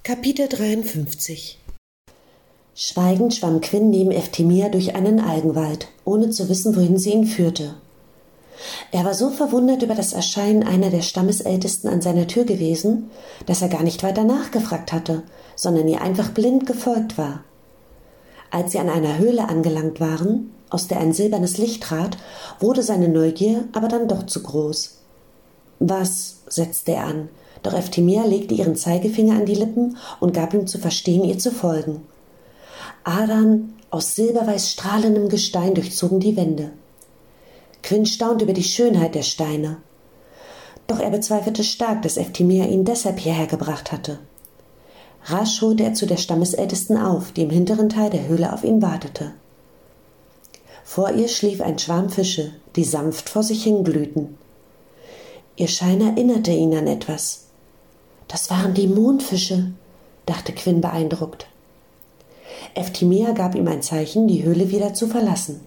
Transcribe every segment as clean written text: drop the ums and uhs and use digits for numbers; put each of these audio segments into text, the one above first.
Kapitel 53. Schweigend schwamm Quinn neben Eftimia durch einen Algenwald, ohne zu wissen, wohin sie ihn führte. Er war so verwundert über das Erscheinen einer der Stammesältesten an seiner Tür gewesen, dass er gar nicht weiter nachgefragt hatte, sondern ihr einfach blind gefolgt war. Als sie an einer Höhle angelangt waren, aus der ein silbernes Licht trat, wurde seine Neugier aber dann doch zu groß. »Was?« setzte er an, doch Eftimia legte ihren Zeigefinger an die Lippen und gab ihm zu verstehen, ihr zu folgen. Adern aus silberweiß strahlendem Gestein durchzogen die Wände. Quinn staunte über die Schönheit der Steine. Doch er bezweifelte stark, dass Eftimia ihn deshalb hierher gebracht hatte. Rasch holte er zu der Stammesältesten auf, die im hinteren Teil der Höhle auf ihn wartete. Vor ihr schlief ein Schwarm Fische, die sanft vor sich hinglühten. Ihr Schein erinnerte ihn an etwas. Das waren die Mondfische, dachte Quinn beeindruckt. Eftimia gab ihm ein Zeichen, die Höhle wieder zu verlassen.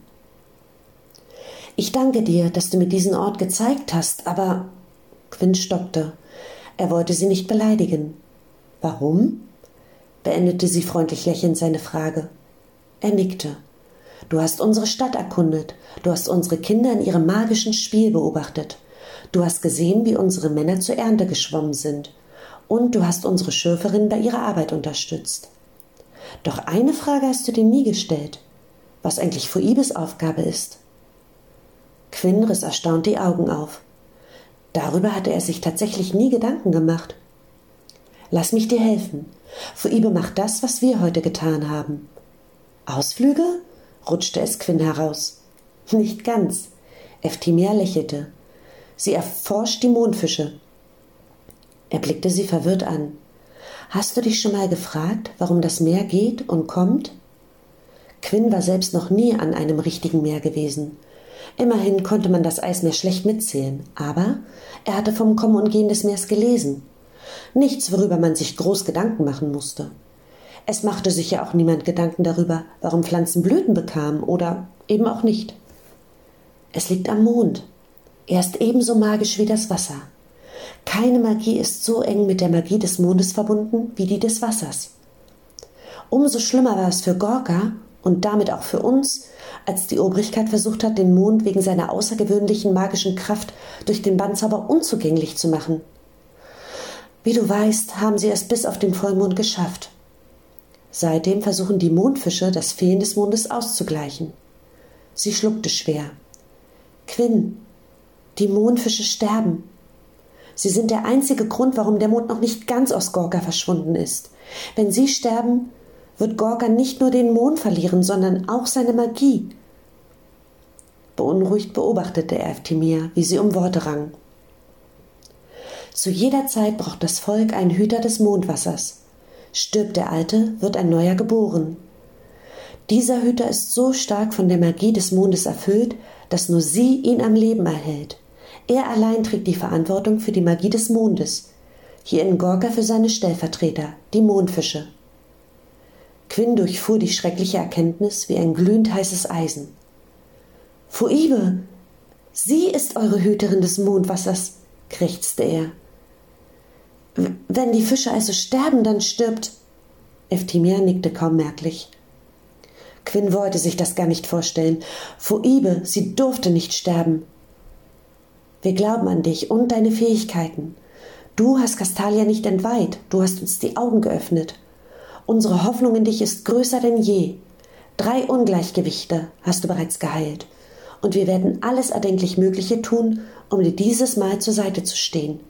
»Ich danke dir, dass du mir diesen Ort gezeigt hast, aber...« Quinn stockte. Er wollte sie nicht beleidigen. »Warum?« beendete sie freundlich lächelnd seine Frage. Er nickte. »Du hast unsere Stadt erkundet. Du hast unsere Kinder in ihrem magischen Spiel beobachtet. Du hast gesehen, wie unsere Männer zur Ernte geschwommen sind. Und du hast unsere Schürferin bei ihrer Arbeit unterstützt. Doch eine Frage hast du dir nie gestellt, was eigentlich Phoebes Aufgabe ist.« Quinn riss erstaunt die Augen auf. Darüber hatte er sich tatsächlich nie Gedanken gemacht. »Lass mich dir helfen. Phoebe macht das, was wir heute getan haben.« »Ausflüge?« rutschte es Quinn heraus. »Nicht ganz.« Eftimia lächelte. »Sie erforscht die Mondfische.« Er blickte sie verwirrt an. »Hast du dich schon mal gefragt, warum das Meer geht und kommt?« Quinn war selbst noch nie an einem richtigen Meer gewesen. Immerhin konnte man das Eismeer schlecht mitzählen, aber er hatte vom Kommen und Gehen des Meers gelesen. Nichts, worüber man sich groß Gedanken machen musste. Es machte sich ja auch niemand Gedanken darüber, warum Pflanzen Blüten bekamen oder eben auch nicht. Es liegt am Mond. Er ist ebenso magisch wie das Wasser. Keine Magie ist so eng mit der Magie des Mondes verbunden wie die des Wassers. Umso schlimmer war es für Gorka und damit auch für uns, als die Obrigkeit versucht hat, den Mond wegen seiner außergewöhnlichen magischen Kraft durch den Bandzauber unzugänglich zu machen. Wie du weißt, haben sie es bis auf den Vollmond geschafft. Seitdem versuchen die Mondfische, das Fehlen des Mondes auszugleichen. Sie schluckte schwer. »Quinn, die Mondfische sterben. Sie sind der einzige Grund, warum der Mond noch nicht ganz aus Gorka verschwunden ist. Wenn sie sterben, wird Gorka nicht nur den Mond verlieren, sondern auch seine Magie.« Beunruhigt beobachtete er Eftimia, wie sie um Worte rang. »Zu jeder Zeit braucht das Volk einen Hüter des Mondwassers. Stirbt der Alte, wird ein neuer geboren. Dieser Hüter ist so stark von der Magie des Mondes erfüllt, dass nur sie ihn am Leben erhält. Er allein trägt die Verantwortung für die Magie des Mondes, hier in Gorka für seine Stellvertreter, die Mondfische.« Quinn durchfuhr die schreckliche Erkenntnis wie ein glühend heißes Eisen. »Phoebe, sie ist eure Hüterin des Mondwassers«, krächzte er. »Wenn die Fische also sterben, dann stirbt...« Eftimia nickte kaum merklich. Quinn wollte sich das gar nicht vorstellen. Phoebe, sie durfte nicht sterben. »Wir glauben an dich und deine Fähigkeiten. Du hast Castalia nicht entweiht, du hast uns die Augen geöffnet. Unsere Hoffnung in dich ist größer denn je. 3 Ungleichgewichte hast du bereits geheilt. Und wir werden alles erdenklich Mögliche tun, um dir dieses Mal zur Seite zu stehen.«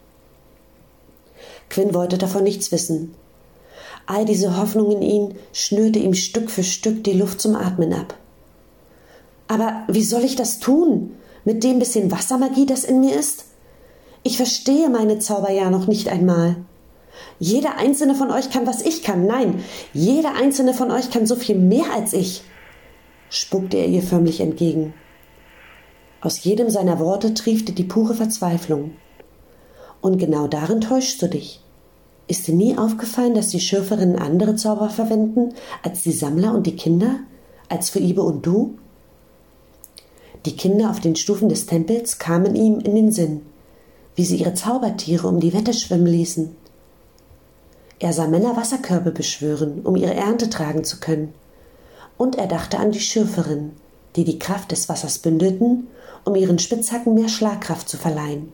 Quinn wollte davon nichts wissen. All diese Hoffnung in ihn schnürte ihm Stück für Stück die Luft zum Atmen ab. »Aber wie soll ich das tun, mit dem bisschen Wassermagie, das in mir ist? Ich verstehe meine Zauber ja noch nicht einmal. Jeder einzelne von euch kann, was ich kann. Nein, jeder einzelne von euch kann so viel mehr als ich«, spuckte er ihr förmlich entgegen. Aus jedem seiner Worte triefte die pure Verzweiflung. »Und genau darin täuschst du dich. Ist dir nie aufgefallen, dass die Schürferinnen andere Zauber verwenden als die Sammler und die Kinder, als Phoebe und du?« Die Kinder auf den Stufen des Tempels kamen ihm in den Sinn, wie sie ihre Zaubertiere um die Wette schwimmen ließen. Er sah Männer Wasserkörbe beschwören, um ihre Ernte tragen zu können. Und er dachte an die Schürferinnen, die die Kraft des Wassers bündelten, um ihren Spitzhacken mehr Schlagkraft zu verleihen.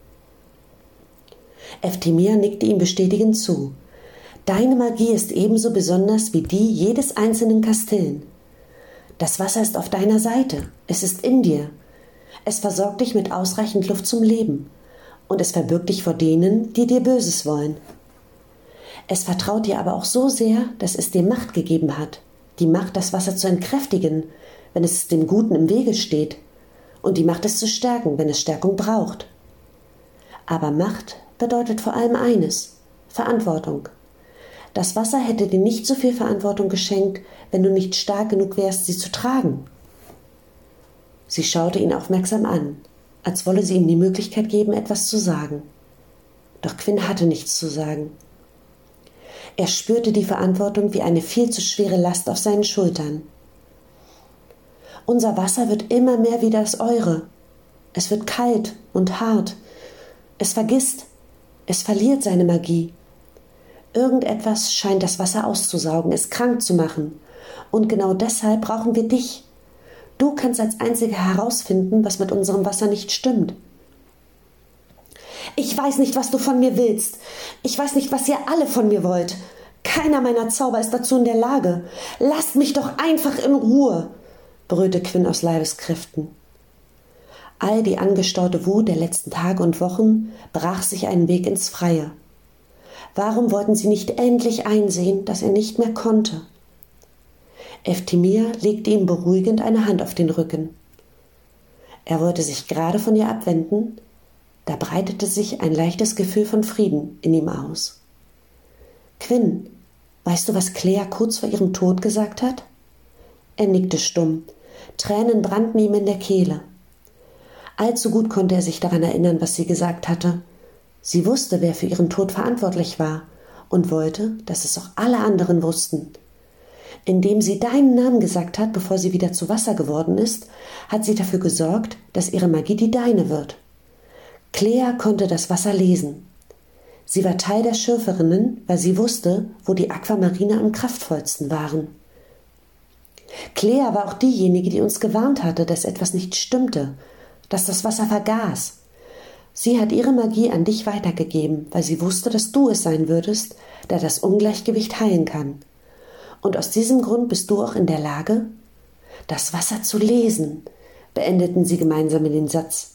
Eftimia nickte ihm bestätigend zu. Deine Magie ist ebenso besonders wie die jedes einzelnen Kastillen. Das Wasser ist auf deiner Seite, es ist in dir. Es versorgt dich mit ausreichend Luft zum Leben und es verbirgt dich vor denen, die dir Böses wollen. Es vertraut dir aber auch so sehr, dass es dir Macht gegeben hat, die Macht, das Wasser zu entkräftigen, wenn es dem Guten im Wege steht, und die Macht, es zu stärken, wenn es Stärkung braucht. Aber Macht bedeutet vor allem eines: Verantwortung. Das Wasser hätte dir nicht so viel Verantwortung geschenkt, wenn du nicht stark genug wärst, sie zu tragen. Sie schaute ihn aufmerksam an, als wolle sie ihm die Möglichkeit geben, etwas zu sagen. Doch Quinn hatte nichts zu sagen. Er spürte die Verantwortung wie eine viel zu schwere Last auf seinen Schultern. Unser Wasser wird immer mehr wie das eure. Es wird kalt und hart. Es vergisst. Es verliert seine Magie. Irgendetwas scheint das Wasser auszusaugen, es krank zu machen. Und genau deshalb brauchen wir dich. Du kannst als Einziger herausfinden, was mit unserem Wasser nicht stimmt. Ich weiß nicht, was du von mir willst. Ich weiß nicht, was ihr alle von mir wollt. Keiner meiner Zauber ist dazu in der Lage. Lasst mich doch einfach in Ruhe, brüllte Quinn aus Leibeskräften. All die angestaute Wut der letzten Tage und Wochen brach sich einen Weg ins Freie. Warum wollten sie nicht endlich einsehen, dass er nicht mehr konnte? Eftimia legte ihm beruhigend eine Hand auf den Rücken. Er wollte sich gerade von ihr abwenden, da breitete sich ein leichtes Gefühl von Frieden in ihm aus. Quinn, weißt du, was Claire kurz vor ihrem Tod gesagt hat? Er nickte stumm. Tränen brannten ihm in der Kehle. Allzu gut konnte er sich daran erinnern, was sie gesagt hatte. Sie wusste, wer für ihren Tod verantwortlich war und wollte, dass es auch alle anderen wussten. Indem sie deinen Namen gesagt hat, bevor sie wieder zu Wasser geworden ist, hat sie dafür gesorgt, dass ihre Magie die deine wird. Claire konnte das Wasser lesen. Sie war Teil der Schürferinnen, weil sie wusste, wo die Aquamarine am kraftvollsten waren. Claire war auch diejenige, die uns gewarnt hatte, dass etwas nicht stimmte, dass das Wasser vergaß. Sie hat ihre Magie an dich weitergegeben, weil sie wusste, dass du es sein würdest, der das Ungleichgewicht heilen kann. Und aus diesem Grund bist du auch in der Lage, das Wasser zu lesen, beendeten sie gemeinsam in den Satz.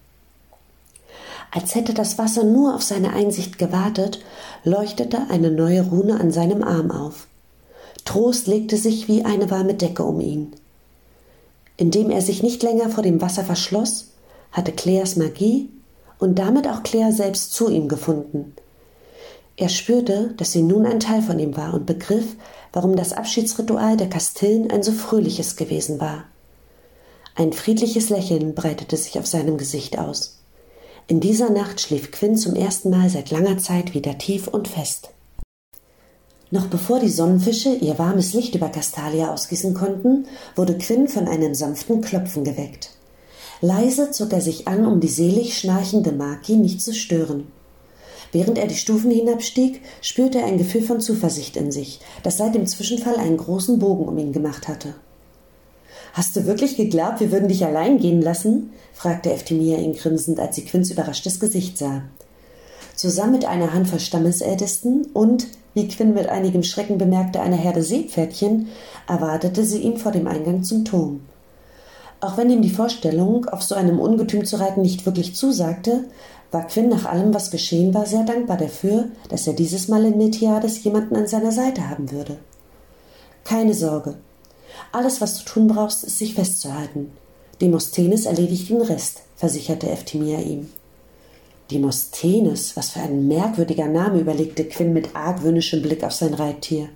Als hätte das Wasser nur auf seine Einsicht gewartet, leuchtete eine neue Rune an seinem Arm auf. Trost legte sich wie eine warme Decke um ihn. Indem er sich nicht länger vor dem Wasser verschloss, hatte Claires Magie und damit auch Claire selbst zu ihm gefunden. Er spürte, dass sie nun ein Teil von ihm war und begriff, warum das Abschiedsritual der Kastillen ein so fröhliches gewesen war. Ein friedliches Lächeln breitete sich auf seinem Gesicht aus. In dieser Nacht schlief Quinn zum ersten Mal seit langer Zeit wieder tief und fest. Noch bevor die Sonnenfische ihr warmes Licht über Castalia ausgießen konnten, wurde Quinn von einem sanften Klopfen geweckt. Leise zog er sich an, um die selig schnarchende Maki nicht zu stören. Während er die Stufen hinabstieg, spürte er ein Gefühl von Zuversicht in sich, das seit dem Zwischenfall einen großen Bogen um ihn gemacht hatte. »Hast du wirklich geglaubt, wir würden dich allein gehen lassen?« fragte Eftimia ihn grinsend, als sie Quinns überraschtes Gesicht sah. Zusammen mit einer Handvoll Stammesältesten und, wie Quinn mit einigem Schrecken bemerkte, einer Herde Seepferdchen, erwartete sie ihn vor dem Eingang zum Turm. Auch wenn ihm die Vorstellung, auf so einem Ungetüm zu reiten, nicht wirklich zusagte, war Quinn nach allem, was geschehen war, sehr dankbar dafür, dass er dieses Mal in Miltiades jemanden an seiner Seite haben würde. »Keine Sorge. Alles, was du tun brauchst, ist, sich festzuhalten. Demosthenes erledigt den Rest«, versicherte Eftimia ihm. »Demosthenes, was für ein merkwürdiger Name«, überlegte Quinn mit argwöhnischem Blick auf sein Reittier.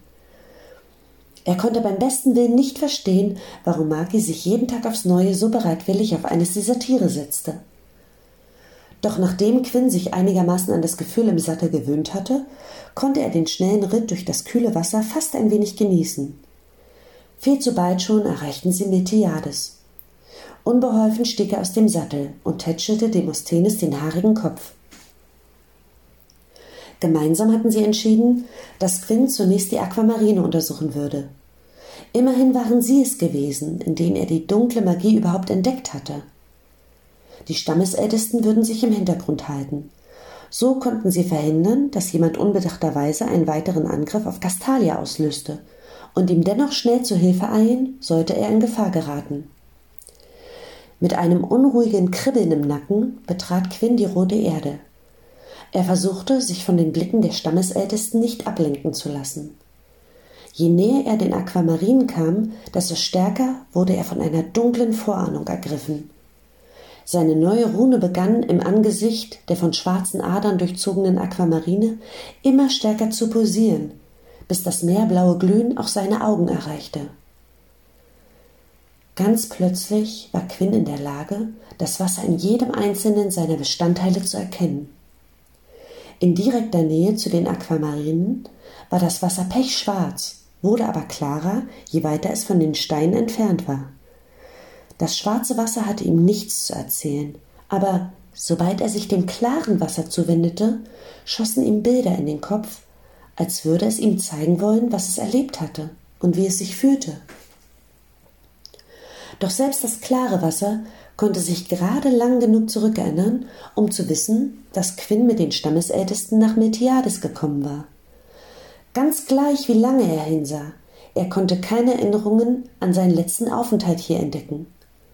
Er konnte beim besten Willen nicht verstehen, warum Maki sich jeden Tag aufs Neue so bereitwillig auf eines dieser Tiere setzte. Doch nachdem Quinn sich einigermaßen an das Gefühl im Sattel gewöhnt hatte, konnte er den schnellen Ritt durch das kühle Wasser fast ein wenig genießen. Viel zu bald schon erreichten sie Miltiades. Unbeholfen stieg er aus dem Sattel und tätschelte Demosthenes den haarigen Kopf. Gemeinsam hatten sie entschieden, dass Quinn zunächst die Aquamarine untersuchen würde. Immerhin waren sie es gewesen, in denen er die dunkle Magie überhaupt entdeckt hatte. Die Stammesältesten würden sich im Hintergrund halten. So konnten sie verhindern, dass jemand unbedachterweise einen weiteren Angriff auf Castalia auslöste und ihm dennoch schnell zu Hilfe eilen, sollte er in Gefahr geraten. Mit einem unruhigen Kribbeln im Nacken betrat Quinn die rote Erde. Er versuchte, sich von den Blicken der Stammesältesten nicht ablenken zu lassen. Je näher er den Aquamarinen kam, desto stärker wurde er von einer dunklen Vorahnung ergriffen. Seine neue Rune begann im Angesicht der von schwarzen Adern durchzogenen Aquamarine immer stärker zu pulsieren, bis das meerblaue Glühen auch seine Augen erreichte. Ganz plötzlich war Quinn in der Lage, das Wasser in jedem einzelnen seiner Bestandteile zu erkennen. In direkter Nähe zu den Aquamarinen war das Wasser pechschwarz, wurde aber klarer, je weiter es von den Steinen entfernt war. Das schwarze Wasser hatte ihm nichts zu erzählen, aber sobald er sich dem klaren Wasser zuwendete, schossen ihm Bilder in den Kopf, als würde es ihm zeigen wollen, was es erlebt hatte und wie es sich fühlte. Doch selbst das klare Wasser konnte sich gerade lang genug zurückerinnern, um zu wissen, dass Quinn mit den Stammesältesten nach Miltiades gekommen war. Ganz gleich, wie lange er hinsah, er konnte keine Erinnerungen an seinen letzten Aufenthalt hier entdecken.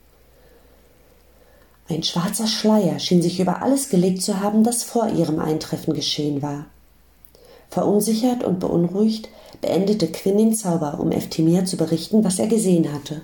Ein schwarzer Schleier schien sich über alles gelegt zu haben, das vor ihrem Eintreffen geschehen war. Verunsichert und beunruhigt beendete Quinn den Zauber, um Eftimia zu berichten, was er gesehen hatte.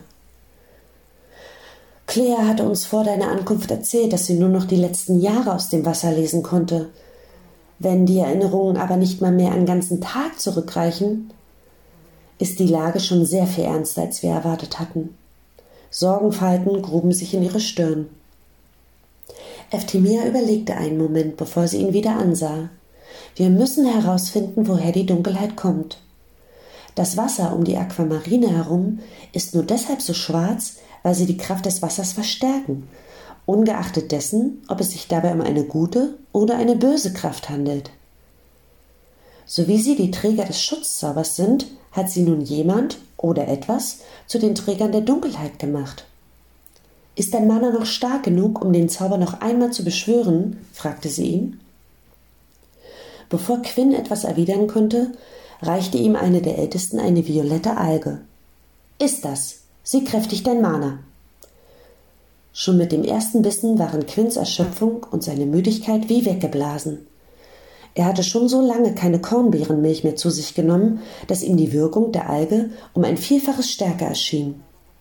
Clea hatte uns vor deiner Ankunft erzählt, dass sie nur noch die letzten Jahre aus dem Wasser lesen konnte. Wenn die Erinnerungen aber nicht mal mehr einen ganzen Tag zurückreichen, ist die Lage schon sehr viel ernster, als wir erwartet hatten. Sorgenfalten gruben sich in ihre Stirn. Eftimia überlegte einen Moment, bevor sie ihn wieder ansah. Wir müssen herausfinden, woher die Dunkelheit kommt. Das Wasser um die Aquamarine herum ist nur deshalb so schwarz, weil sie die Kraft des Wassers verstärken, ungeachtet dessen, ob es sich dabei um eine gute oder eine böse Kraft handelt. So wie sie die Träger des Schutzzaubers sind, hat sie nun jemand oder etwas zu den Trägern der Dunkelheit gemacht. Ist dein Mana noch stark genug, um den Zauber noch einmal zu beschwören? Fragte sie ihn. Bevor Quinn etwas erwidern konnte, reichte ihm eine der Ältesten eine violette Alge. Ist das? Sie kräftigt dein Mana. Schon mit dem ersten Bissen waren Quinns Erschöpfung und seine Müdigkeit wie weggeblasen. Er hatte schon so lange keine Kornbeerenmilch mehr zu sich genommen, dass ihm die Wirkung der Alge um ein Vielfaches stärker erschien.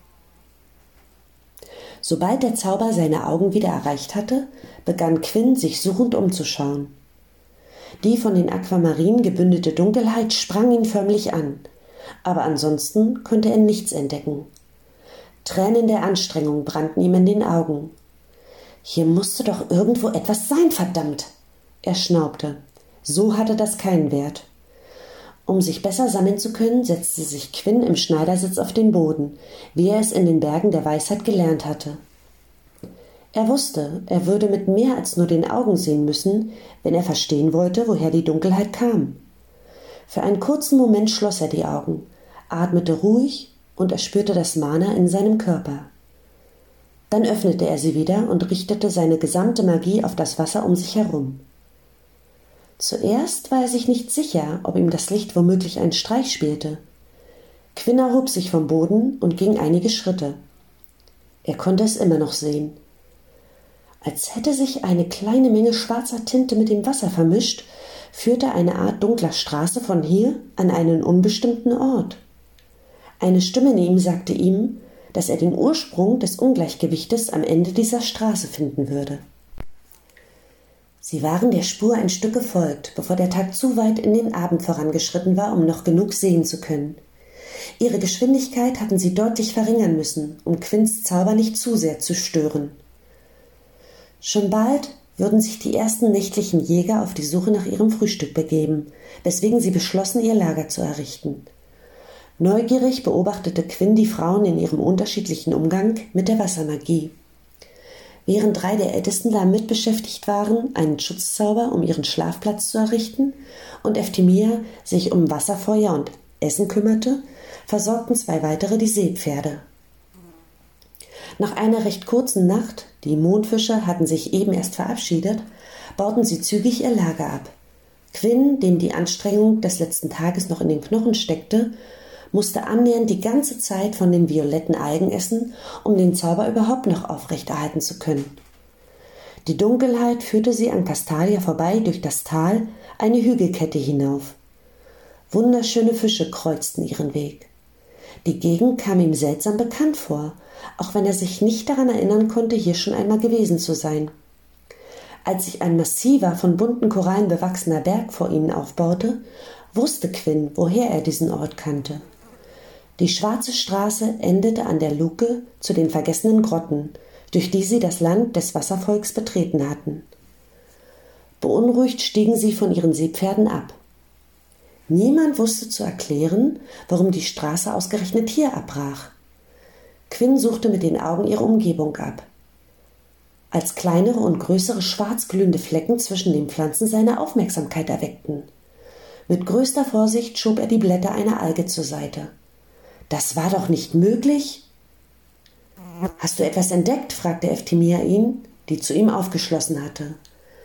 Sobald der Zauber seine Augen wieder erreicht hatte, begann Quinn, sich suchend umzuschauen. Die von den Aquamarinen gebündelte Dunkelheit sprang ihn förmlich an, aber ansonsten konnte er nichts entdecken. Tränen der Anstrengung brannten ihm in den Augen. Hier musste doch irgendwo etwas sein, verdammt! Er schnaubte. So hatte das keinen Wert. Um sich besser sammeln zu können, setzte sich Quinn im Schneidersitz auf den Boden, wie er es in den Bergen der Weisheit gelernt hatte. Er wusste, er würde mit mehr als nur den Augen sehen müssen, wenn er verstehen wollte, woher die Dunkelheit kam. Für einen kurzen Moment schloss er die Augen, atmete ruhig und er spürte das Mana in seinem Körper. Dann öffnete er sie wieder und richtete seine gesamte Magie auf das Wasser um sich herum. Zuerst war er sich nicht sicher, ob ihm das Licht womöglich einen Streich spielte. Quinn erhob sich vom Boden und ging einige Schritte. Er konnte es immer noch sehen. Als hätte sich eine kleine Menge schwarzer Tinte mit dem Wasser vermischt, führte eine Art dunkler Straße von hier an einen unbestimmten Ort. Eine Stimme in ihm sagte ihm, dass er den Ursprung des Ungleichgewichtes am Ende dieser Straße finden würde. Sie waren der Spur ein Stück gefolgt, bevor der Tag zu weit in den Abend vorangeschritten war, um noch genug sehen zu können. Ihre Geschwindigkeit hatten sie deutlich verringern müssen, um Quinns Zauber nicht zu sehr zu stören. Schon bald würden sich die ersten nächtlichen Jäger auf die Suche nach ihrem Frühstück begeben, weswegen sie beschlossen, ihr Lager zu errichten. Neugierig beobachtete Quinn die Frauen in ihrem unterschiedlichen Umgang mit der Wassermagie. Während 3 der Ältesten damit beschäftigt waren, einen Schutzzauber, um ihren Schlafplatz zu errichten, und Efthimia sich um Wasserfeuer und Essen kümmerte, versorgten 2 weitere die Seepferde. Nach einer recht kurzen Nacht, die Mondfische hatten sich eben erst verabschiedet, bauten sie zügig ihr Lager ab. Quinn, dem die Anstrengung des letzten Tages noch in den Knochen steckte, musste annähernd die ganze Zeit von den violetten Algen essen, um den Zauber überhaupt noch aufrechterhalten zu können. Die Dunkelheit führte sie an Castalia vorbei durch das Tal eine Hügelkette hinauf. Wunderschöne Fische kreuzten ihren Weg. Die Gegend kam ihm seltsam bekannt vor, auch wenn er sich nicht daran erinnern konnte, hier schon einmal gewesen zu sein. Als sich ein massiver, von bunten Korallen bewachsener Berg vor ihnen aufbaute, wusste Quinn, woher er diesen Ort kannte. Die schwarze Straße endete an der Luke zu den vergessenen Grotten, durch die sie das Land des Wasservolks betreten hatten. Beunruhigt stiegen sie von ihren Seepferden ab. Niemand wusste zu erklären, warum die Straße ausgerechnet hier abbrach. Quinn suchte mit den Augen ihre Umgebung ab. Als kleinere und größere schwarz glühende Flecken zwischen den Pflanzen seine Aufmerksamkeit erweckten. Mit größter Vorsicht schob er die Blätter einer Alge zur Seite. Das war doch nicht möglich? »Hast du etwas entdeckt?« fragte Efthimia ihn, die zu ihm aufgeschlossen hatte.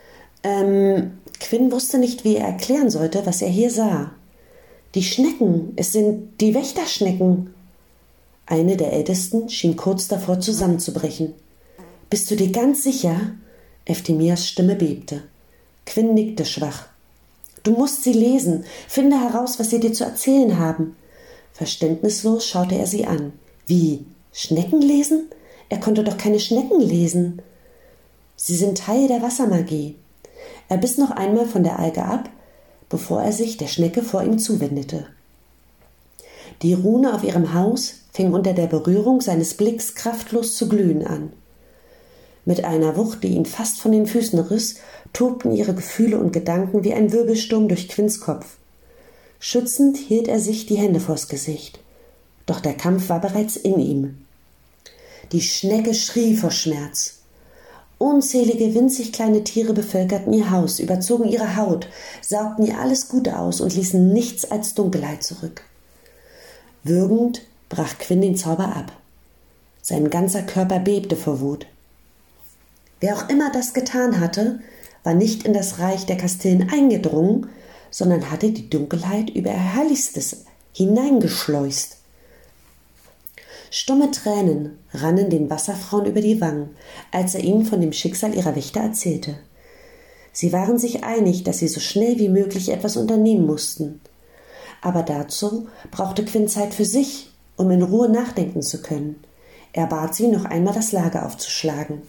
Quinn wusste nicht, wie er erklären sollte, was er hier sah. »Die Schnecken, es sind die Wächterschnecken.« Eine der Ältesten schien kurz davor zusammenzubrechen. »Bist du dir ganz sicher?« Efthimias Stimme bebte. Quinn nickte schwach. »Du musst sie lesen. Finde heraus, was sie dir zu erzählen haben.« Verständnislos schaute er sie an. »Wie? Schnecken lesen? Er konnte doch keine Schnecken lesen.« »Sie sind Teil der Wassermagie.« Er biss noch einmal von der Alge ab, bevor er sich der Schnecke vor ihm zuwendete. Die Rune auf ihrem Haus fing unter der Berührung seines Blicks kraftlos zu glühen an. Mit einer Wucht, die ihn fast von den Füßen riss, tobten ihre Gefühle und Gedanken wie ein Wirbelsturm durch Quinns Kopf. Schützend hielt er sich die Hände vors Gesicht. Doch der Kampf war bereits in ihm. Die Schnecke schrie vor Schmerz. Unzählige winzig kleine Tiere bevölkerten ihr Haus, überzogen ihre Haut, saugten ihr alles Gute aus und ließen nichts als Dunkelheit zurück. Würgend brach Quinn den Zauber ab. Sein ganzer Körper bebte vor Wut. Wer auch immer das getan hatte, war nicht in das Reich der Kastillen eingedrungen, sondern hatte die Dunkelheit über ihr Herrlichstes hineingeschleust. Stumme Tränen rannen den Wasserfrauen über die Wangen, als er ihnen von dem Schicksal ihrer Wächter erzählte. Sie waren sich einig, dass sie so schnell wie möglich etwas unternehmen mussten. Aber dazu brauchte Quinn Zeit für sich, um in Ruhe nachdenken zu können. Er bat sie, noch einmal das Lager aufzuschlagen.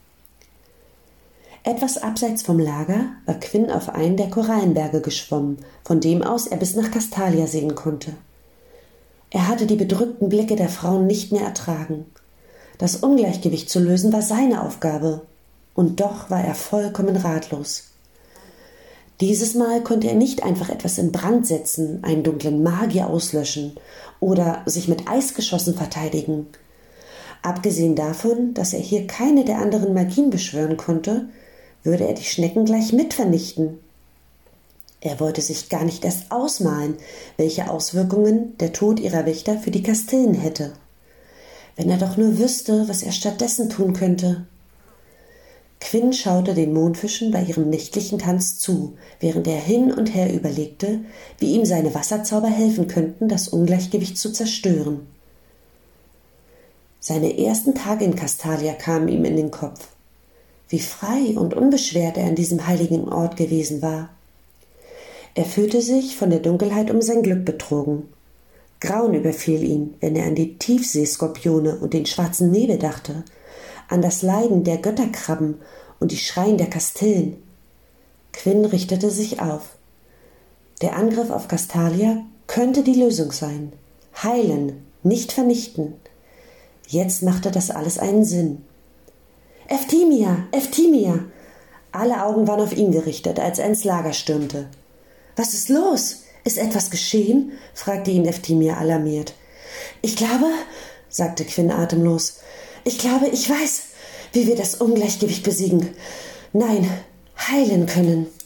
Etwas abseits vom Lager war Quinn auf einen der Korallenberge geschwommen, von dem aus er bis nach Castalia sehen konnte. Er hatte die bedrückten Blicke der Frauen nicht mehr ertragen. Das Ungleichgewicht zu lösen war seine Aufgabe, und doch war er vollkommen ratlos. Dieses Mal konnte er nicht einfach etwas in Brand setzen, einen dunklen Magier auslöschen oder sich mit Eisgeschossen verteidigen. Abgesehen davon, dass er hier keine der anderen Magien beschwören konnte, würde er die Schnecken gleich mit vernichten. Er wollte sich gar nicht erst ausmalen, welche Auswirkungen der Tod ihrer Wächter für die Kastillen hätte. Wenn er doch nur wüsste, was er stattdessen tun könnte. Quinn schaute den Mondfischen bei ihrem nächtlichen Tanz zu, während er hin und her überlegte, wie ihm seine Wasserzauber helfen könnten, das Ungleichgewicht zu zerstören. Seine ersten Tage in Castalia kamen ihm in den Kopf. Wie frei und unbeschwert er an diesem heiligen Ort gewesen war. Er fühlte sich von der Dunkelheit um sein Glück betrogen. Grauen überfiel ihn, wenn er an die Tiefseeskorpione und den schwarzen Nebel dachte, an das Leiden der Götterkrabben und die Schreien der Kastillen. Quinn richtete sich auf. Der Angriff auf Castalia könnte die Lösung sein. Heilen, nicht vernichten. Jetzt machte das alles einen Sinn. »Efthimia! Efthimia!« Alle Augen waren auf ihn gerichtet, als er ins Lager stürmte. »Was ist los? Ist etwas geschehen?« fragte ihn Efthimia alarmiert. »Ich glaube«, sagte Quinn atemlos, »ich glaube, ich weiß. wie wir das Ungleichgewicht besiegen, nein, heilen können.